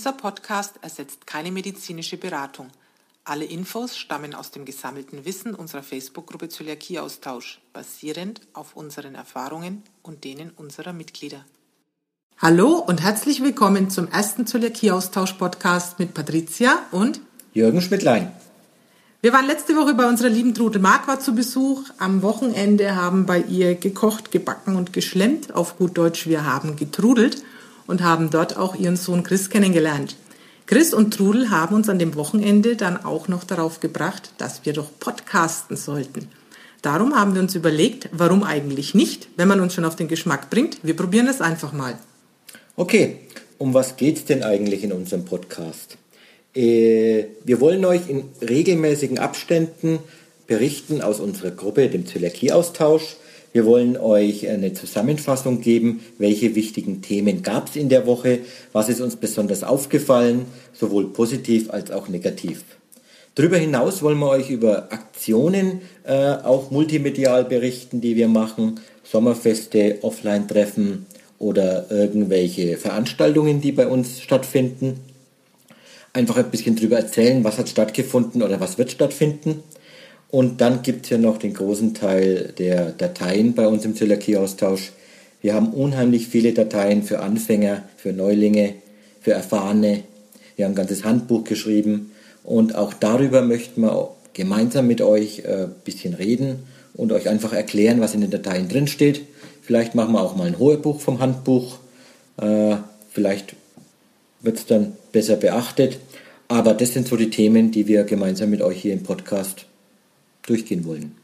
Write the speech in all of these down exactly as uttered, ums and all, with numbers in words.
Dieser Podcast ersetzt keine medizinische Beratung. Alle Infos stammen aus dem gesammelten Wissen unserer Facebook-Gruppe Zöliakie-Austausch, basierend auf unseren Erfahrungen und denen unserer Mitglieder. Hallo und herzlich willkommen zum ersten Zöliakie-Austausch-Podcast mit Patricia und Jürgen Schmidtlein. Wir waren letzte Woche bei unserer lieben Trute Marquardt zu Besuch. Am Wochenende haben bei ihr gekocht, gebacken und geschlemmt. Auf gut Deutsch, wir haben getrudelt und haben dort auch ihren Sohn Chris kennengelernt. Chris und Trudel haben uns an dem Wochenende dann auch noch darauf gebracht, dass wir doch podcasten sollten. Darum haben wir uns überlegt, warum eigentlich nicht, wenn man uns schon auf den Geschmack bringt. Wir probieren es einfach mal. Okay, um was geht's denn eigentlich in unserem Podcast? Äh, wir wollen euch in regelmäßigen Abständen berichten aus unserer Gruppe, dem Zöliakie-Austausch. Wir wollen euch eine Zusammenfassung geben, welche wichtigen Themen gab es in der Woche, was ist uns besonders aufgefallen, sowohl positiv als auch negativ. Darüber hinaus wollen wir euch über Aktionen äh, auch multimedial berichten, die wir machen, Sommerfeste, Offline-Treffen oder irgendwelche Veranstaltungen, die bei uns stattfinden. Einfach ein bisschen darüber erzählen, was hat stattgefunden oder was wird stattfinden. Und dann gibt es ja noch den großen Teil der Dateien bei uns im Zöliakie-Austausch. Wir haben unheimlich viele Dateien für Anfänger, für Neulinge, für Erfahrene. Wir haben ein ganzes Handbuch geschrieben und auch darüber möchten wir gemeinsam mit euch ein bisschen reden und euch einfach erklären, was in den Dateien drinsteht. Vielleicht machen wir auch mal ein Hörbuch vom Handbuch. Vielleicht wird es dann besser beachtet. Aber das sind so die Themen, die wir gemeinsam mit euch hier im Podcast durchgehen wollen.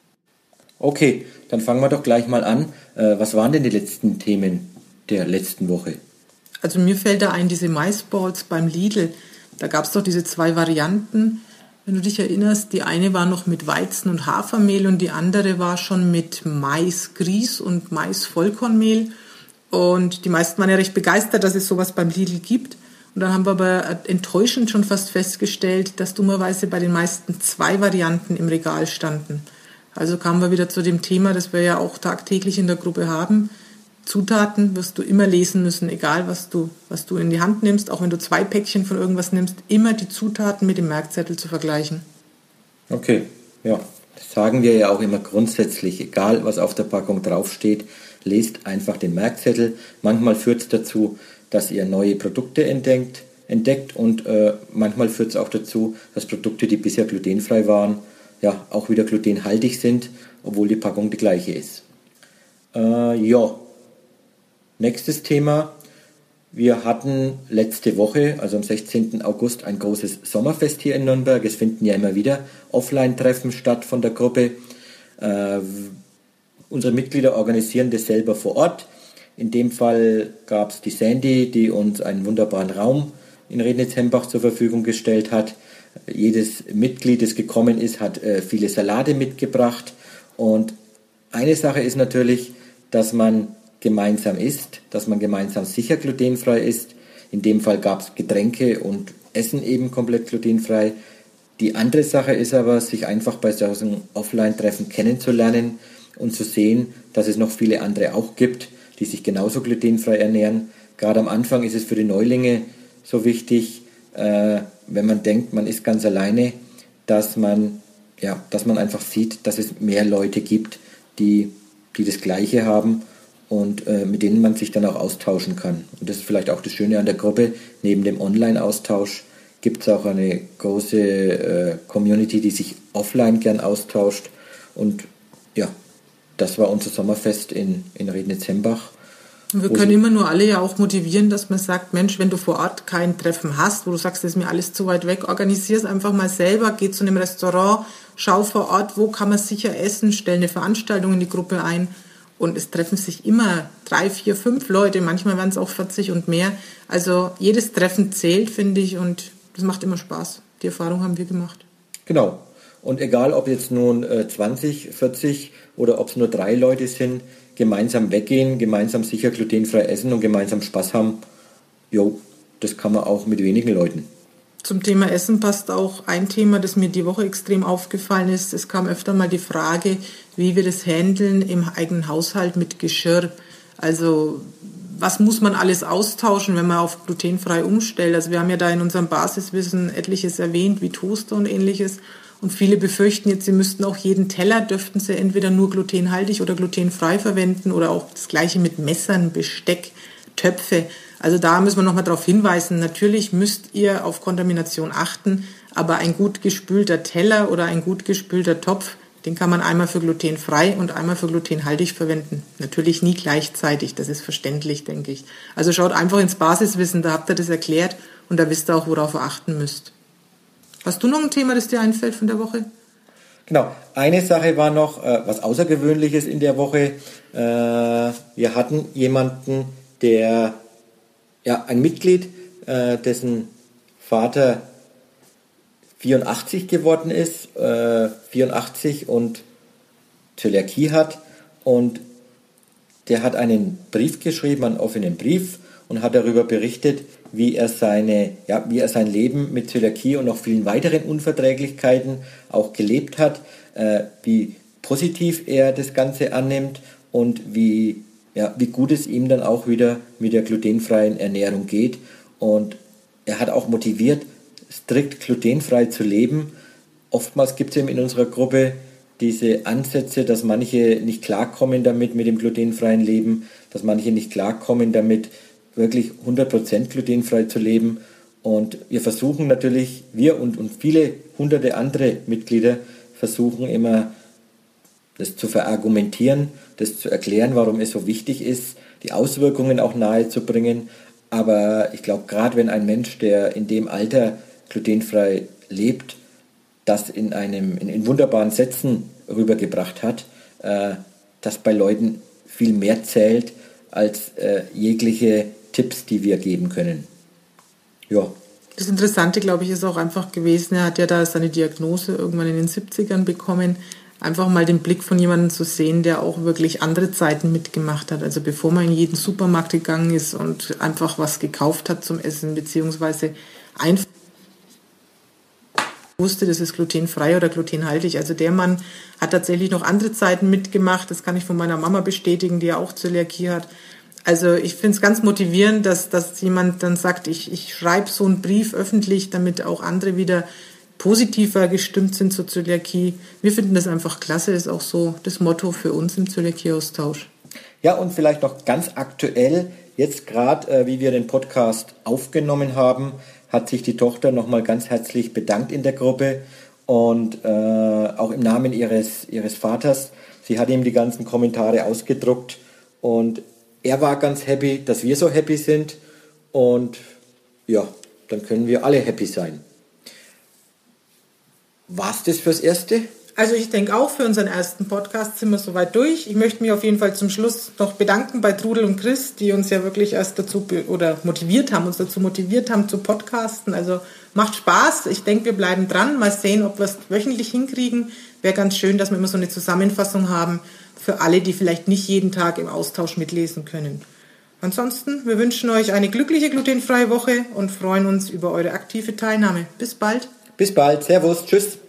Okay, dann fangen wir doch gleich mal an. Äh, was waren denn die letzten Themen der letzten Woche? Also mir fällt da ein, diese Maisballs beim Lidl. Da gab es doch diese zwei Varianten. Wenn du dich erinnerst, die eine war noch mit Weizen- und Hafermehl und die andere war schon mit Maisgrieß und Maisvollkornmehl. Und die meisten waren ja recht begeistert, dass es sowas beim Lidl gibt. Und dann haben wir aber enttäuschend schon fast festgestellt, dass dummerweise bei den meisten zwei Varianten im Regal standen. Also kamen wir wieder zu dem Thema, das wir ja auch tagtäglich in der Gruppe haben. Zutaten wirst du immer lesen müssen, egal was du, was du in die Hand nimmst. Auch wenn du zwei Päckchen von irgendwas nimmst, immer die Zutaten mit dem Merkzettel zu vergleichen. Okay, ja, das sagen wir ja auch immer grundsätzlich. Egal, was auf der Packung draufsteht, lest einfach den Merkzettel. Manchmal führt es dazu, dass ihr neue Produkte entdeckt, entdeckt und äh, manchmal führt es auch dazu, dass Produkte, die bisher glutenfrei waren, ja auch wieder glutenhaltig sind, obwohl die Packung die gleiche ist. Äh, ja, nächstes Thema. Wir hatten letzte Woche, also am sechzehnten August, ein großes Sommerfest hier in Nürnberg. Es finden ja immer wieder Offline-Treffen statt von der Gruppe. Äh, unsere Mitglieder organisieren das selber vor Ort. In dem Fall gab es die Sandy, die uns einen wunderbaren Raum in Rednitz-Hembach zur Verfügung gestellt hat. Jedes Mitglied, das gekommen ist, hat äh, viele Salate mitgebracht. Und eine Sache ist natürlich, dass man gemeinsam isst, dass man gemeinsam sicher glutenfrei ist. In dem Fall gab es Getränke und Essen eben komplett glutenfrei. Die andere Sache ist aber, sich einfach bei solchen Offline-Treffen kennenzulernen und zu sehen, dass es noch viele andere auch gibt, die sich genauso glutenfrei ernähren. Gerade am Anfang ist es für die Neulinge so wichtig, äh, wenn man denkt, man ist ganz alleine, dass man, ja, dass man einfach sieht, dass es mehr Leute gibt, die, die das Gleiche haben und äh, mit denen man sich dann auch austauschen kann. Und das ist vielleicht auch das Schöne an der Gruppe. Neben dem Online-Austausch gibt es auch eine große äh, Community, die sich offline gern austauscht. Und ja, das war unser Sommerfest in, in Rednitz-Hembach. Wir können immer nur alle ja auch motivieren, dass man sagt, Mensch, wenn du vor Ort kein Treffen hast, wo du sagst, das ist mir alles zu weit weg, organisier es einfach mal selber, geh zu einem Restaurant, schau vor Ort, wo kann man sicher essen, stell eine Veranstaltung in die Gruppe ein und es treffen sich immer drei, vier, fünf Leute, manchmal werden es auch vierzig und mehr. Also jedes Treffen zählt, finde ich, und das macht immer Spaß. Die Erfahrung haben wir gemacht. Genau. Und egal, ob jetzt nun äh, zwanzig, vierzig oder ob es nur drei Leute sind, gemeinsam weggehen, gemeinsam sicher glutenfrei essen und gemeinsam Spaß haben, jo, das kann man auch mit wenigen Leuten. Zum Thema Essen passt auch ein Thema, das mir die Woche extrem aufgefallen ist. Es kam öfter mal die Frage, wie wir das handeln im eigenen Haushalt mit Geschirr. Also was muss man alles austauschen, wenn man auf glutenfrei umstellt. Also wir haben ja da in unserem Basiswissen etliches erwähnt, wie Toaster und ähnliches. Und viele befürchten jetzt, sie müssten auch jeden Teller, dürften sie entweder nur glutenhaltig oder glutenfrei verwenden oder auch das Gleiche mit Messern, Besteck, Töpfe. Also da müssen wir nochmal darauf hinweisen, natürlich müsst ihr auf Kontamination achten, aber ein gut gespülter Teller oder ein gut gespülter Topf, den kann man einmal für glutenfrei und einmal für glutenhaltig verwenden. Natürlich nie gleichzeitig, das ist verständlich, denke ich. Also schaut einfach ins Basiswissen, da habt ihr das erklärt und da wisst ihr auch, worauf ihr achten müsst. Hast du noch ein Thema, das dir einfällt von der Woche? Genau, eine Sache war noch, äh, was Außergewöhnliches in der Woche. Äh, wir hatten jemanden, der, ja, ein Mitglied, äh, dessen Vater vierundachtzig geworden ist, äh, vierundachtzig und Zöliakie hat, und der hat einen Brief geschrieben, einen offenen Brief, und hat darüber berichtet, wie er seine, ja, wie er sein Leben mit Zöliakie und noch vielen weiteren Unverträglichkeiten auch gelebt hat, äh, wie positiv er das Ganze annimmt und wie, ja, wie gut es ihm dann auch wieder mit der glutenfreien Ernährung geht. Und er hat auch motiviert, strikt glutenfrei zu leben. Oftmals gibt es eben in unserer Gruppe diese Ansätze, dass manche nicht klarkommen damit, mit dem glutenfreien Leben, dass manche nicht klarkommen damit, wirklich hundert Prozent glutenfrei zu leben. Und wir versuchen natürlich, wir und, und viele hunderte andere Mitglieder versuchen immer, das zu verargumentieren, das zu erklären, warum es so wichtig ist, die Auswirkungen auch nahe zu bringen. Aber ich glaube, gerade wenn ein Mensch, der in dem Alter glutenfrei lebt, das in einem in, in wunderbaren Sätzen rübergebracht hat, äh, dass bei Leuten viel mehr zählt als äh, jegliche Tipps, die wir geben können. Ja. Das Interessante, glaube ich, ist auch einfach gewesen, er hat ja da seine Diagnose irgendwann in den siebzigern bekommen, einfach mal den Blick von jemandem zu sehen, der auch wirklich andere Zeiten mitgemacht hat. Also bevor man in jeden Supermarkt gegangen ist und einfach was gekauft hat zum Essen, beziehungsweise einfach wusste, das ist glutenfrei oder glutenhaltig. Also der Mann hat tatsächlich noch andere Zeiten mitgemacht. Das kann ich von meiner Mama bestätigen, die ja auch Zöliakie hat. Also ich finde es ganz motivierend, dass, dass jemand dann sagt, ich, ich schreibe so einen Brief öffentlich, damit auch andere wieder positiver gestimmt sind zur Zöliakie. Wir finden das einfach klasse, ist auch so das Motto für uns im Zöliakie-Austausch. Ja, und vielleicht noch ganz aktuell, jetzt gerade, äh, wie wir den Podcast aufgenommen haben, hat sich die Tochter nochmal ganz herzlich bedankt in der Gruppe und äh, auch im Namen ihres, ihres Vaters. Sie hat ihm die ganzen Kommentare ausgedruckt und er war ganz happy, dass wir so happy sind, und ja, dann können wir alle happy sein. War's das fürs Erste? Also ich denke auch, für unseren ersten Podcast sind wir soweit durch. Ich möchte mich auf jeden Fall zum Schluss noch bedanken bei Trudel und Chris, die uns ja wirklich erst dazu be- oder motiviert haben, uns dazu motiviert haben zu podcasten. Also macht Spaß. Ich denke, wir bleiben dran. Mal sehen, ob wir es wöchentlich hinkriegen. Wäre ganz schön, dass wir immer so eine Zusammenfassung haben für alle, die vielleicht nicht jeden Tag im Austausch mitlesen können. Ansonsten, wir wünschen euch eine glückliche glutenfreie Woche und freuen uns über eure aktive Teilnahme. Bis bald. Bis bald. Servus. Tschüss.